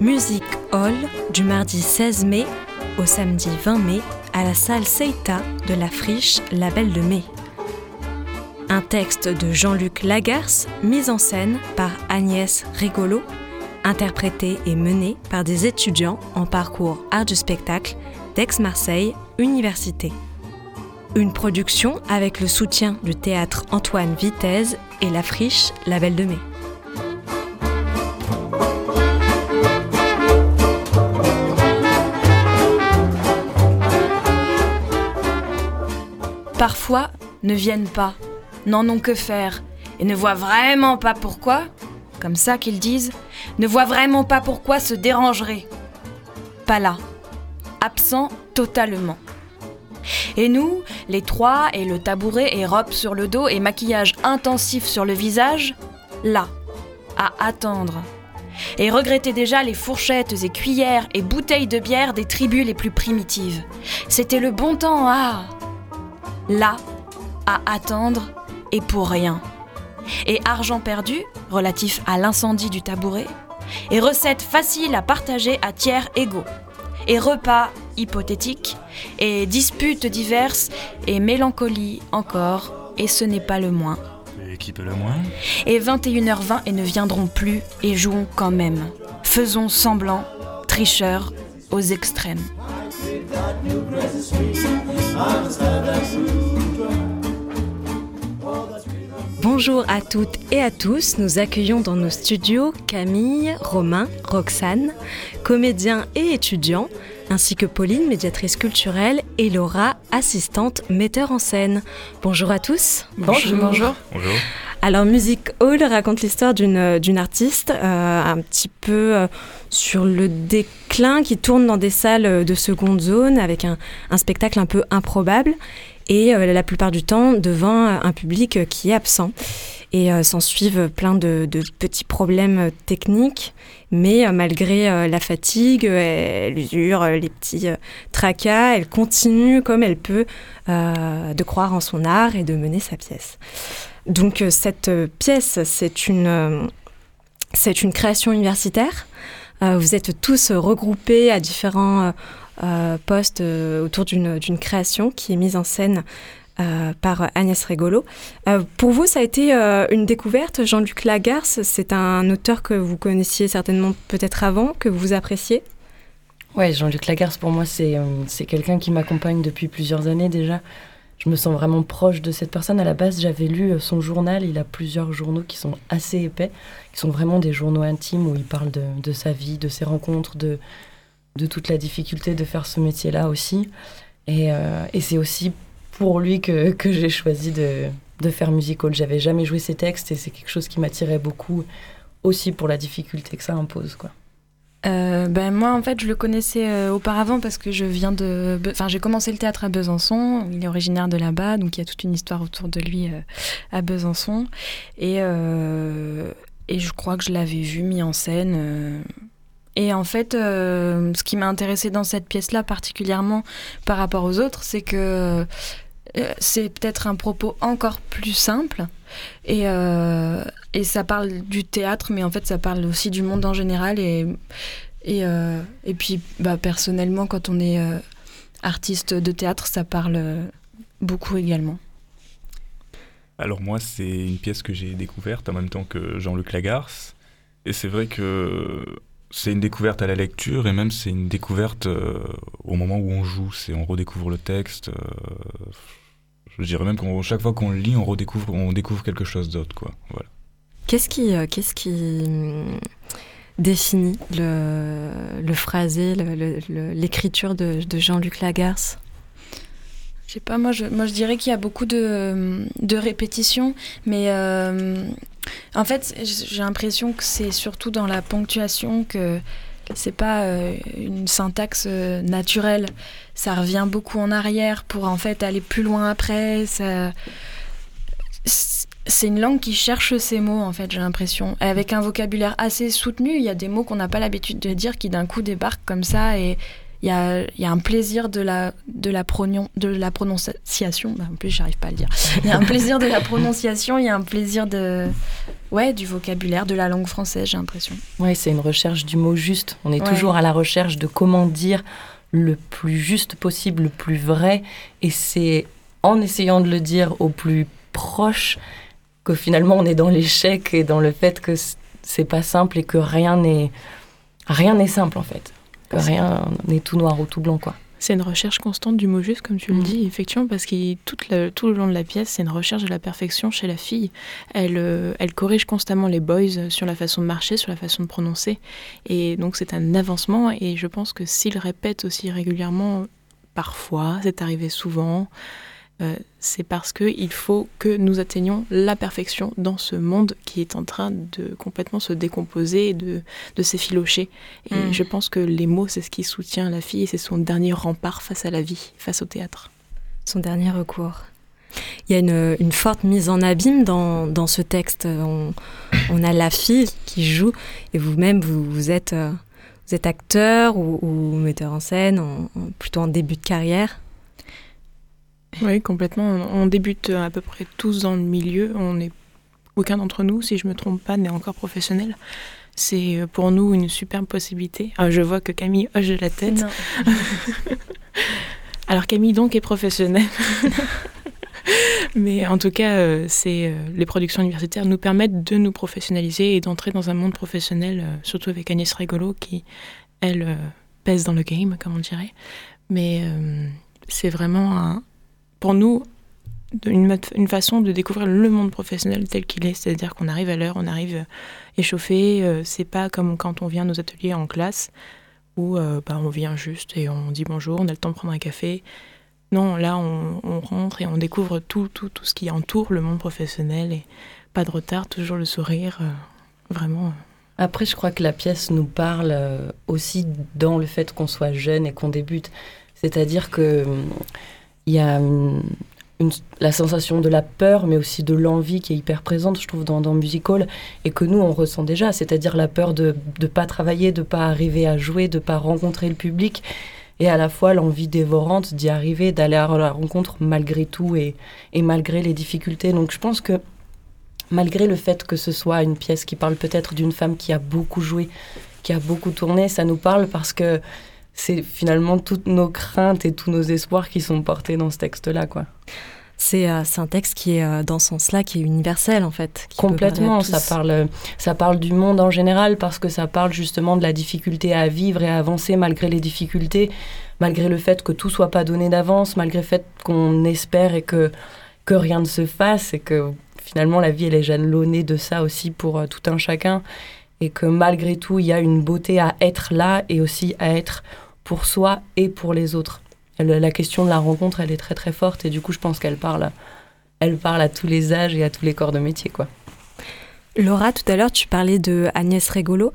Music Hall du mardi 16 mai au samedi 20 mai à la salle Seita de la Friche, la Belle de Mai. Un texte de Jean-Luc Lagarce, mis en scène par Agnès Rigolo, interprété et mené par des étudiants en parcours art du spectacle d'Aix-Marseille Université. Une production avec le soutien du théâtre Antoine Vitesse et la Friche, la Belle de Mai. Parfois, ne viennent pas, n'en ont que faire, et ne voient vraiment pas pourquoi, comme ça qu'ils disent, ne voient vraiment pas pourquoi se dérangerait. Pas là, absent totalement. Et nous, les trois, et le tabouret, et robe sur le dos, et maquillage intensif sur le visage, là, à attendre. Et regretter déjà les fourchettes et cuillères et bouteilles de bière des tribus les plus primitives. C'était le bon temps, ah! Là, à attendre, et pour rien. Et argent perdu, relatif à l'incendie du tabouret, et recettes faciles à partager à tiers égaux, et repas hypothétiques, et disputes diverses, et mélancolie encore, et ce n'est pas le moins. Et qui peut le moins ? Et 21h20 et ne viendront plus, et jouons quand même. Faisons semblant, tricheurs, aux extrêmes. Bonjour à toutes et à tous, nous accueillons dans nos studios Camille, Romain, Roxane, comédiens et étudiants, ainsi que Pauline, médiatrice culturelle, et Laura, assistante metteur en scène. Bonjour à tous. Bonjour. Bonjour. Alors Music Hall raconte l'histoire d'une artiste un petit peu sur le déclin qui tourne dans des salles de seconde zone avec un spectacle un peu improbable et la plupart du temps devant un public qui est absent. Et s'en suivent plein de petits problèmes techniques, mais malgré la fatigue, l'usure, les petits tracas, elle continue comme elle peut de croire en son art et de mener sa pièce. Donc cette pièce, c'est une création universitaire. Vous êtes tous regroupés à différents postes autour d'une création qui est mise en scène par Agnès Rigolo. Pour vous, ça a été une découverte. Jean-Luc Lagarce, c'est un auteur que vous connaissiez certainement peut-être avant, que vous appréciez ? Ouais, Jean-Luc Lagarce, pour moi, c'est quelqu'un qui m'accompagne depuis plusieurs années déjà. Je me sens vraiment proche de cette personne. À la base, j'avais lu son journal. Il a plusieurs journaux qui sont assez épais, qui sont vraiment des journaux intimes où il parle de sa vie, de ses rencontres, de toute la difficulté de faire ce métier-là aussi. Et c'est aussi pour lui que j'ai choisi de faire Music Hall. J'avais jamais joué ses textes et c'est quelque chose qui m'attirait beaucoup, aussi pour la difficulté que ça impose, quoi. Moi, en fait, je le connaissais auparavant parce que j'ai commencé le théâtre à Besançon. Il est originaire de là-bas, donc il y a toute une histoire autour de lui à Besançon. Et je crois que je l'avais vu mis en scène. Et en fait, ce qui m'a intéressée dans cette pièce-là, particulièrement par rapport aux autres, c'est que c'est peut-être un propos encore plus simple. Et ça parle du théâtre, mais en fait, ça parle aussi du monde en général. Et puis, personnellement, quand on est artiste de théâtre, ça parle beaucoup également. Alors moi, c'est une pièce que j'ai découverte en même temps que Jean-Luc Lagarce. Et c'est vrai que c'est une découverte à la lecture et même c'est une découverte au moment où on joue. On redécouvre le texte. Je dirais même qu'à chaque fois qu'on le lit, on découvre quelque chose d'autre, quoi. Voilà. Qu'est-ce qui définit le phrasé, l'écriture de Jean-Luc Lagarce ? Je sais pas, moi je dirais qu'il y a beaucoup de répétitions, mais en fait j'ai l'impression que c'est surtout dans la ponctuation, que c'est pas une syntaxe naturelle. Ça revient beaucoup en arrière pour en fait aller plus loin après. C'est une langue qui cherche ses mots, en fait, j'ai l'impression. Avec un vocabulaire assez soutenu, il y a des mots qu'on n'a pas l'habitude de dire qui d'un coup débarquent comme ça, et il y a un plaisir de la prononciation. En plus, j'arrive pas à le dire. Il y a un plaisir de la prononciation, il y a un plaisir du vocabulaire de la langue française, j'ai l'impression. Ouais, c'est une recherche du mot juste. On est toujours à la recherche de comment dire le plus juste possible, le plus vrai. Et c'est en essayant de le dire au plus proche que finalement on est dans l'échec et dans le fait que c'est pas simple et que rien n'est simple en fait. Que rien n'est tout noir ou tout blanc, quoi. C'est une recherche constante du mot juste, comme tu le dis, effectivement, parce que tout le long de la pièce, c'est une recherche de la perfection chez la fille. Elle corrige constamment les boys sur la façon de marcher, sur la façon de prononcer. Et donc, c'est un avancement. Et je pense que s'il répète aussi régulièrement, parfois, c'est arrivé souvent, c'est parce qu'il faut que nous atteignions la perfection dans ce monde qui est en train de complètement se décomposer, de s'effilocher. Et je pense que les mots, c'est ce qui soutient la fille et c'est son dernier rempart face à la vie, face au théâtre. Son dernier recours. Il y a une forte mise en abîme dans ce texte. On a la fille qui joue et vous-même, vous êtes acteur ou metteur en scène, plutôt en début de carrière. Oui, complètement. On débute à peu près tous dans le milieu. Aucun d'entre nous, si je ne me trompe pas, n'est encore professionnel. C'est pour nous une superbe possibilité. Je vois que Camille hoche de la tête. Non. Alors Camille donc est professionnelle. Mais en tout cas, les productions universitaires nous permettent de nous professionnaliser et d'entrer dans un monde professionnel, surtout avec Agnès Rigolo qui, elle, pèse dans le game, comme on dirait. Mais c'est vraiment pour nous, une façon de découvrir le monde professionnel tel qu'il est, c'est-à-dire qu'on arrive à l'heure, on arrive échauffé, c'est pas comme quand on vient à nos ateliers en classe, où on vient juste et on dit bonjour, on a le temps de prendre un café. Non, là, on rentre et on découvre tout ce qui entoure le monde professionnel, et pas de retard, toujours le sourire, vraiment. Après, je crois que la pièce nous parle aussi dans le fait qu'on soit jeune et qu'on débute, c'est-à-dire que il y a la sensation de la peur, mais aussi de l'envie qui est hyper présente, je trouve, dans Musical, et que nous, on ressent déjà, c'est-à-dire la peur de ne pas travailler, de ne pas arriver à jouer, de ne pas rencontrer le public, et à la fois l'envie dévorante d'y arriver, d'aller à la rencontre malgré tout et malgré les difficultés. Donc je pense que malgré le fait que ce soit une pièce qui parle peut-être d'une femme qui a beaucoup joué, qui a beaucoup tourné, ça nous parle parce que c'est finalement toutes nos craintes et tous nos espoirs qui sont portés dans ce texte-là, quoi. C'est un texte qui est, dans ce sens-là, qui est universel, en fait. Complètement, ça parle du monde en général, parce que ça parle justement de la difficulté à vivre et à avancer malgré les difficultés, malgré le fait que tout soit pas donné d'avance, malgré le fait qu'on espère et que rien ne se fasse, et que finalement la vie, elle est jalonnée de ça aussi pour tout un chacun, et que malgré tout, il y a une beauté à être là et aussi à être pour soi et pour les autres. La question de la rencontre, elle est très très forte, et du coup, je pense qu'elle parle à tous les âges et à tous les corps de métier, quoi. Laura, tout à l'heure, tu parlais de Agnès Rigolo.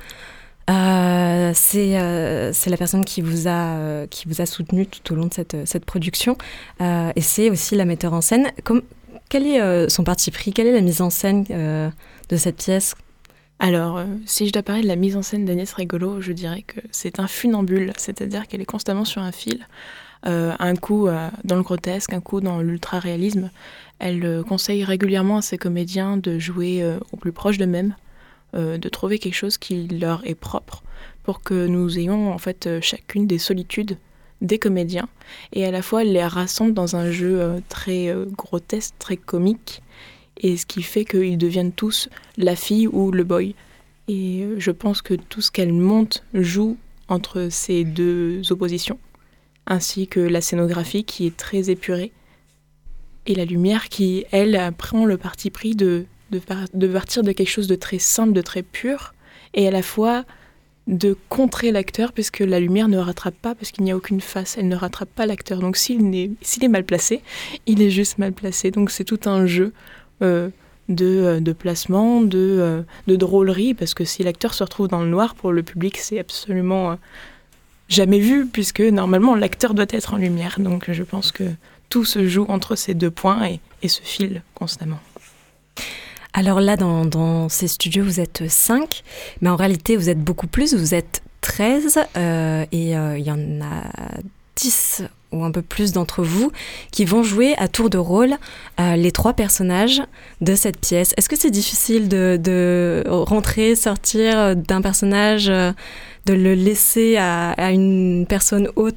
C'est la personne qui vous a soutenu tout au long de cette production, et c'est aussi la metteur en scène. Quel est son parti pris? Quelle est la mise en scène de cette pièce? Alors, si je dois parler de la mise en scène d'Agnès Rigolo, je dirais que c'est un funambule, c'est-à-dire qu'elle est constamment sur un fil, un coup dans le grotesque, un coup dans l'ultra-réalisme. Elle conseille régulièrement à ses comédiens de jouer au plus proche d'eux-mêmes, de trouver quelque chose qui leur est propre, pour que nous ayons en fait chacune des solitudes des comédiens, et à la fois elle les rassemble dans un jeu très grotesque, très comique, et ce qui fait qu'ils deviennent tous la fille ou le boy. Et je pense que tout ce qu'elle monte joue entre ces deux oppositions, ainsi que la scénographie qui est très épurée, et la lumière qui, elle, prend le parti pris de partir de quelque chose de très simple, de très pur, et à la fois de contrer l'acteur, puisque la lumière ne rattrape pas, parce qu'il n'y a aucune face, elle ne rattrape pas l'acteur. Donc s'il est mal placé, il est juste mal placé. Donc c'est tout un jeu de placement, de drôlerie, parce que si l'acteur se retrouve dans le noir, pour le public, c'est absolument jamais vu, puisque normalement l'acteur doit être en lumière. Donc je pense que tout se joue entre ces deux points et se file constamment. Alors là, dans ces studios, vous êtes 5, mais en réalité, vous êtes beaucoup plus, vous êtes 13, et il y en a 10 ou un peu plus d'entre vous qui vont jouer à tour de rôle les 3 personnages de cette pièce. Est-ce que c'est difficile de rentrer, sortir d'un personnage, de le laisser à une personne autre ?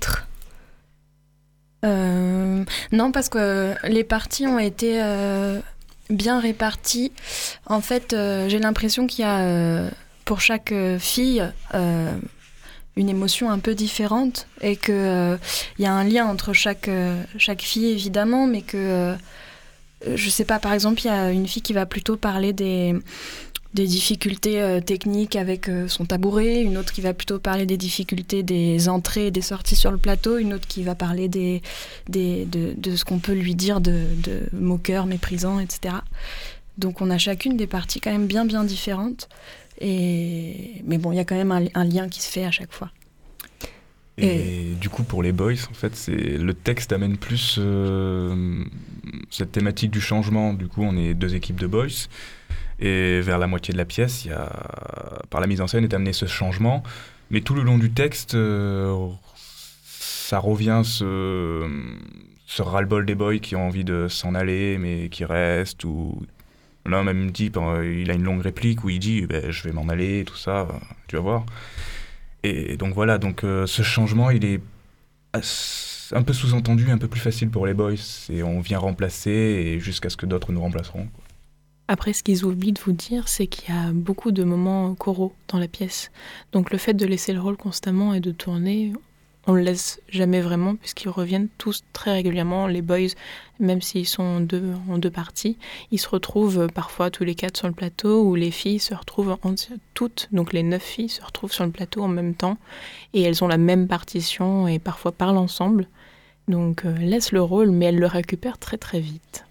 Non, parce que les parties ont été bien réparties. En fait, j'ai l'impression qu'il y a pour chaque fille une émotion un peu différente et qu'il y a un lien entre chaque fille évidemment, mais que je sais pas, par exemple, il y a une fille qui va plutôt parler des difficultés techniques avec son tabouret, une autre qui va plutôt parler des difficultés des entrées et des sorties sur le plateau, une autre qui va parler de ce qu'on peut lui dire de moqueur, méprisant, etc. Donc on a chacune des parties quand même bien différentes. Mais bon, il y a quand même un lien qui se fait à chaque fois. Et du coup, pour les boys, en fait, le texte amène plus cette thématique du changement. Du coup, on est 2 équipes de boys. Et vers la moitié de la pièce, par la mise en scène est amené ce changement. Mais tout le long du texte, ça revient ce ras-le-bol des boys qui ont envie de s'en aller, mais qui restent. Ou l'un même dit, il a une longue réplique où il dit je vais m'en aller, tout ça, tu vas voir. Et donc voilà, ce changement, il est un peu sous-entendu, un peu plus facile pour les boys. Et on vient remplacer et jusqu'à ce que d'autres nous remplaceront. Après, ce qu'ils oublient de vous dire, c'est qu'il y a beaucoup de moments choraux dans la pièce. Donc le fait de laisser le rôle constamment et de tourner, on le laisse jamais vraiment, puisqu'ils reviennent tous très régulièrement. Les boys, même s'ils sont en 2 parties, ils se retrouvent parfois tous les 4 sur le plateau, ou les filles se retrouvent toutes, donc les 9 filles se retrouvent sur le plateau en même temps, et elles ont la même partition et parfois parlent ensemble. Donc laisse le rôle, mais elles le récupèrent très très vite.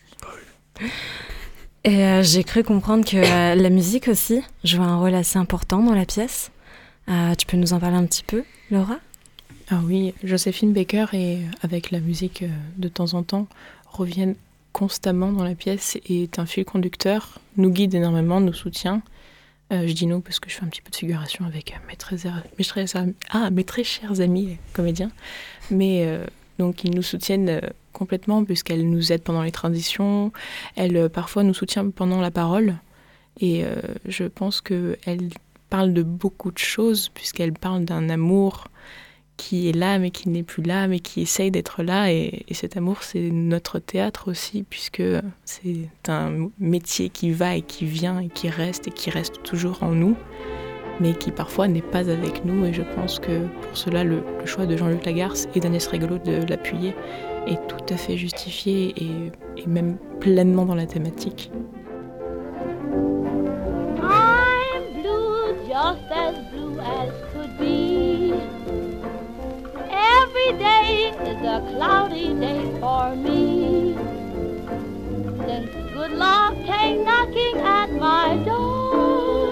Et j'ai cru comprendre que la musique aussi joue un rôle assez important dans la pièce. Tu peux nous en parler un petit peu, Laura ? Ah oui, Joséphine Baker, et avec la musique de temps en temps, reviennent constamment dans la pièce et est un fil conducteur, nous guide énormément, nous soutient. Je dis nous parce que je fais un petit peu de figuration avec mes très chers amis comédiens. Mais donc ils nous soutiennent complètement, puisqu'elle nous aide pendant les transitions, elle parfois nous soutient pendant la parole, et je pense qu'elle parle de beaucoup de choses, puisqu'elle parle d'un amour qui est là mais qui n'est plus là, mais qui essaye d'être là, et cet amour, c'est notre théâtre aussi, puisque c'est un métier qui va et qui vient et qui reste toujours en nous, mais qui parfois n'est pas avec nous, et je pense que pour cela le choix de Jean-Luc Lagarce et d'Agnès Rigolo de l'appuyer est tout à fait justifié et même pleinement dans la thématique. I'm blue, just as blue as could be. Every day is a cloudy day for me. Since good luck came knocking at my door.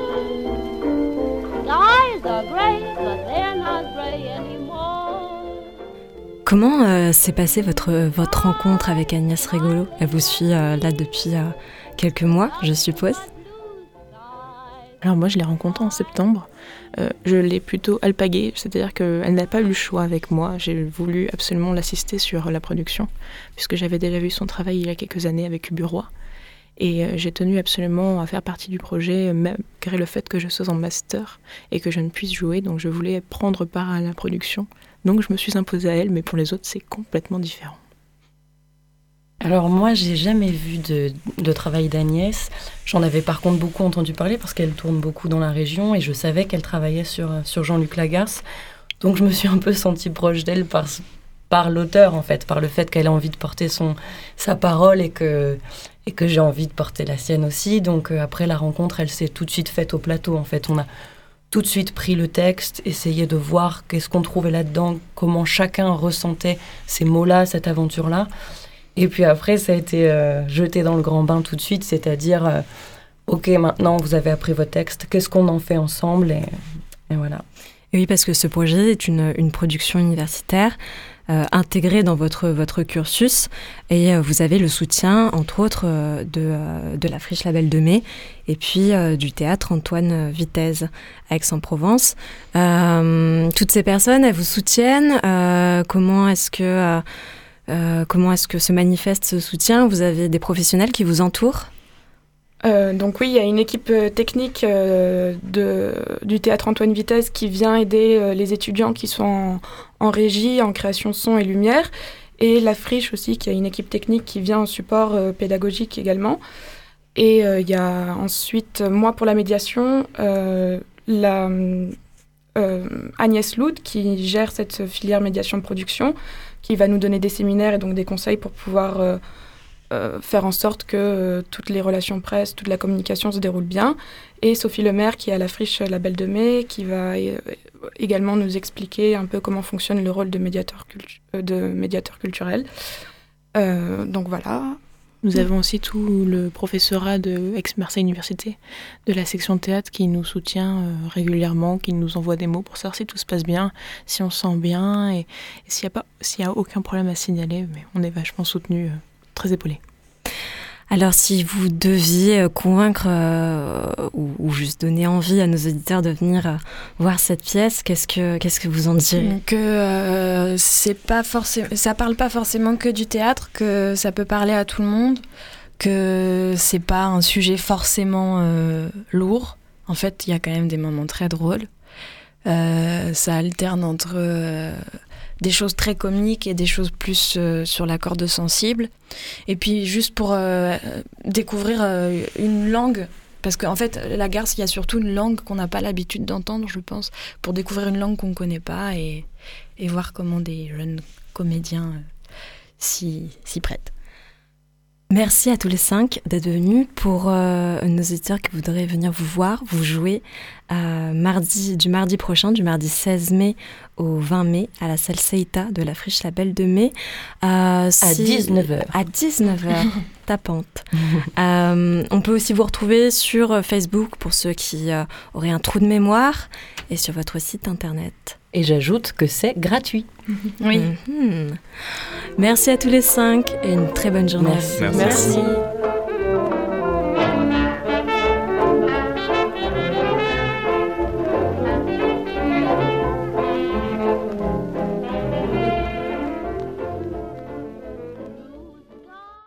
Skies are gray, but they're not gray anymore. Comment s'est passée votre rencontre avec Agnès Rigolo ? Elle vous suit là depuis quelques mois, je suppose. Alors moi, je l'ai rencontrée en septembre. Je l'ai plutôt alpaguée, c'est-à-dire qu'elle n'a pas eu le choix avec moi. J'ai voulu absolument l'assister sur la production, puisque j'avais déjà vu son travail il y a quelques années avec Uburoy. Et j'ai tenu absolument à faire partie du projet, malgré le fait que je sois en master et que je ne puisse jouer. Donc je voulais prendre part à la production. Donc je me suis imposée à elle, mais pour les autres, c'est complètement différent. Alors moi, j'ai jamais vu de travail d'Agnès. J'en avais par contre beaucoup entendu parler parce qu'elle tourne beaucoup dans la région et je savais qu'elle travaillait sur Jean-Luc Lagarce. Donc je me suis un peu sentie proche d'elle par l'auteur, en fait, par le fait qu'elle a envie de porter sa parole et que j'ai envie de porter la sienne aussi. Donc après la rencontre, elle s'est tout de suite faite au plateau. En fait, on a tout de suite pris le texte, essayé de voir qu'est-ce qu'on trouvait là-dedans, comment chacun ressentait ces mots-là, cette aventure-là. Et puis après, ça a été jeté dans le grand bain tout de suite, c'est-à-dire, ok, maintenant vous avez appris votre texte, qu'est-ce qu'on en fait ensemble, et voilà. Et oui, parce que ce projet est une production universitaire. intégré dans votre cursus. Et vous avez le soutien, entre autres, de la Friche Label de Mai et puis du théâtre Antoine Vitez à Aix-en-Provence. Toutes ces personnes, elles vous soutiennent. Comment est-ce que se manifeste ce soutien ? Vous avez des professionnels qui vous entourent ? Donc oui, il y a une équipe technique du théâtre Antoine Vitez qui vient aider les étudiants qui sont en régie, en création son et lumière, et la Friche aussi qui a une équipe technique qui vient en support pédagogique également. Et il y a ensuite, moi pour la médiation, Agnès Loud qui gère cette filière médiation de production, qui va nous donner des séminaires et donc des conseils pour pouvoir faire en sorte que toutes les relations presse, toute la communication se déroule bien. Et Sophie Lemaire, qui est à la Friche Label de Mai, qui va également nous expliquer un peu comment fonctionne le rôle de médiateur culturel. Donc voilà. Nous avons aussi tout le professorat de Aix-Marseille Université, de la section théâtre, qui nous soutient régulièrement, qui nous envoie des mots pour savoir si tout se passe bien, si on se sent bien, et s'il y a aucun problème à signaler. Mais on est vachement soutenus, très épaulés. Alors, si vous deviez convaincre ou juste donner envie à nos auditeurs de venir voir cette pièce, qu'est-ce que vous en direz ? Que ça parle pas forcément que du théâtre, que ça peut parler à tout le monde, que c'est pas un sujet forcément lourd. En fait, il y a quand même des moments très drôles. Ça alterne entre des choses très comiques et des choses plus sur la corde sensible. Et puis juste pour découvrir une langue, parce qu'en fait, la garce, il y a surtout une langue qu'on n'a pas l'habitude d'entendre, je pense, pour découvrir une langue qu'on ne connaît pas et voir comment des jeunes comédiens s'y prêtent. Merci à tous les 5 d'être venus. Pour nos auditeurs qui voudraient venir vous voir, vous jouer du mardi prochain, du mardi 16 mai au 20 mai, à la salle Seita de la Friche Label de Mai. À 19h. À 19h, tapante. On peut aussi vous retrouver sur Facebook pour ceux qui auraient un trou de mémoire et sur votre site internet. Et j'ajoute que c'est gratuit. Oui. Merci à tous les 5 et une très bonne journée. Merci.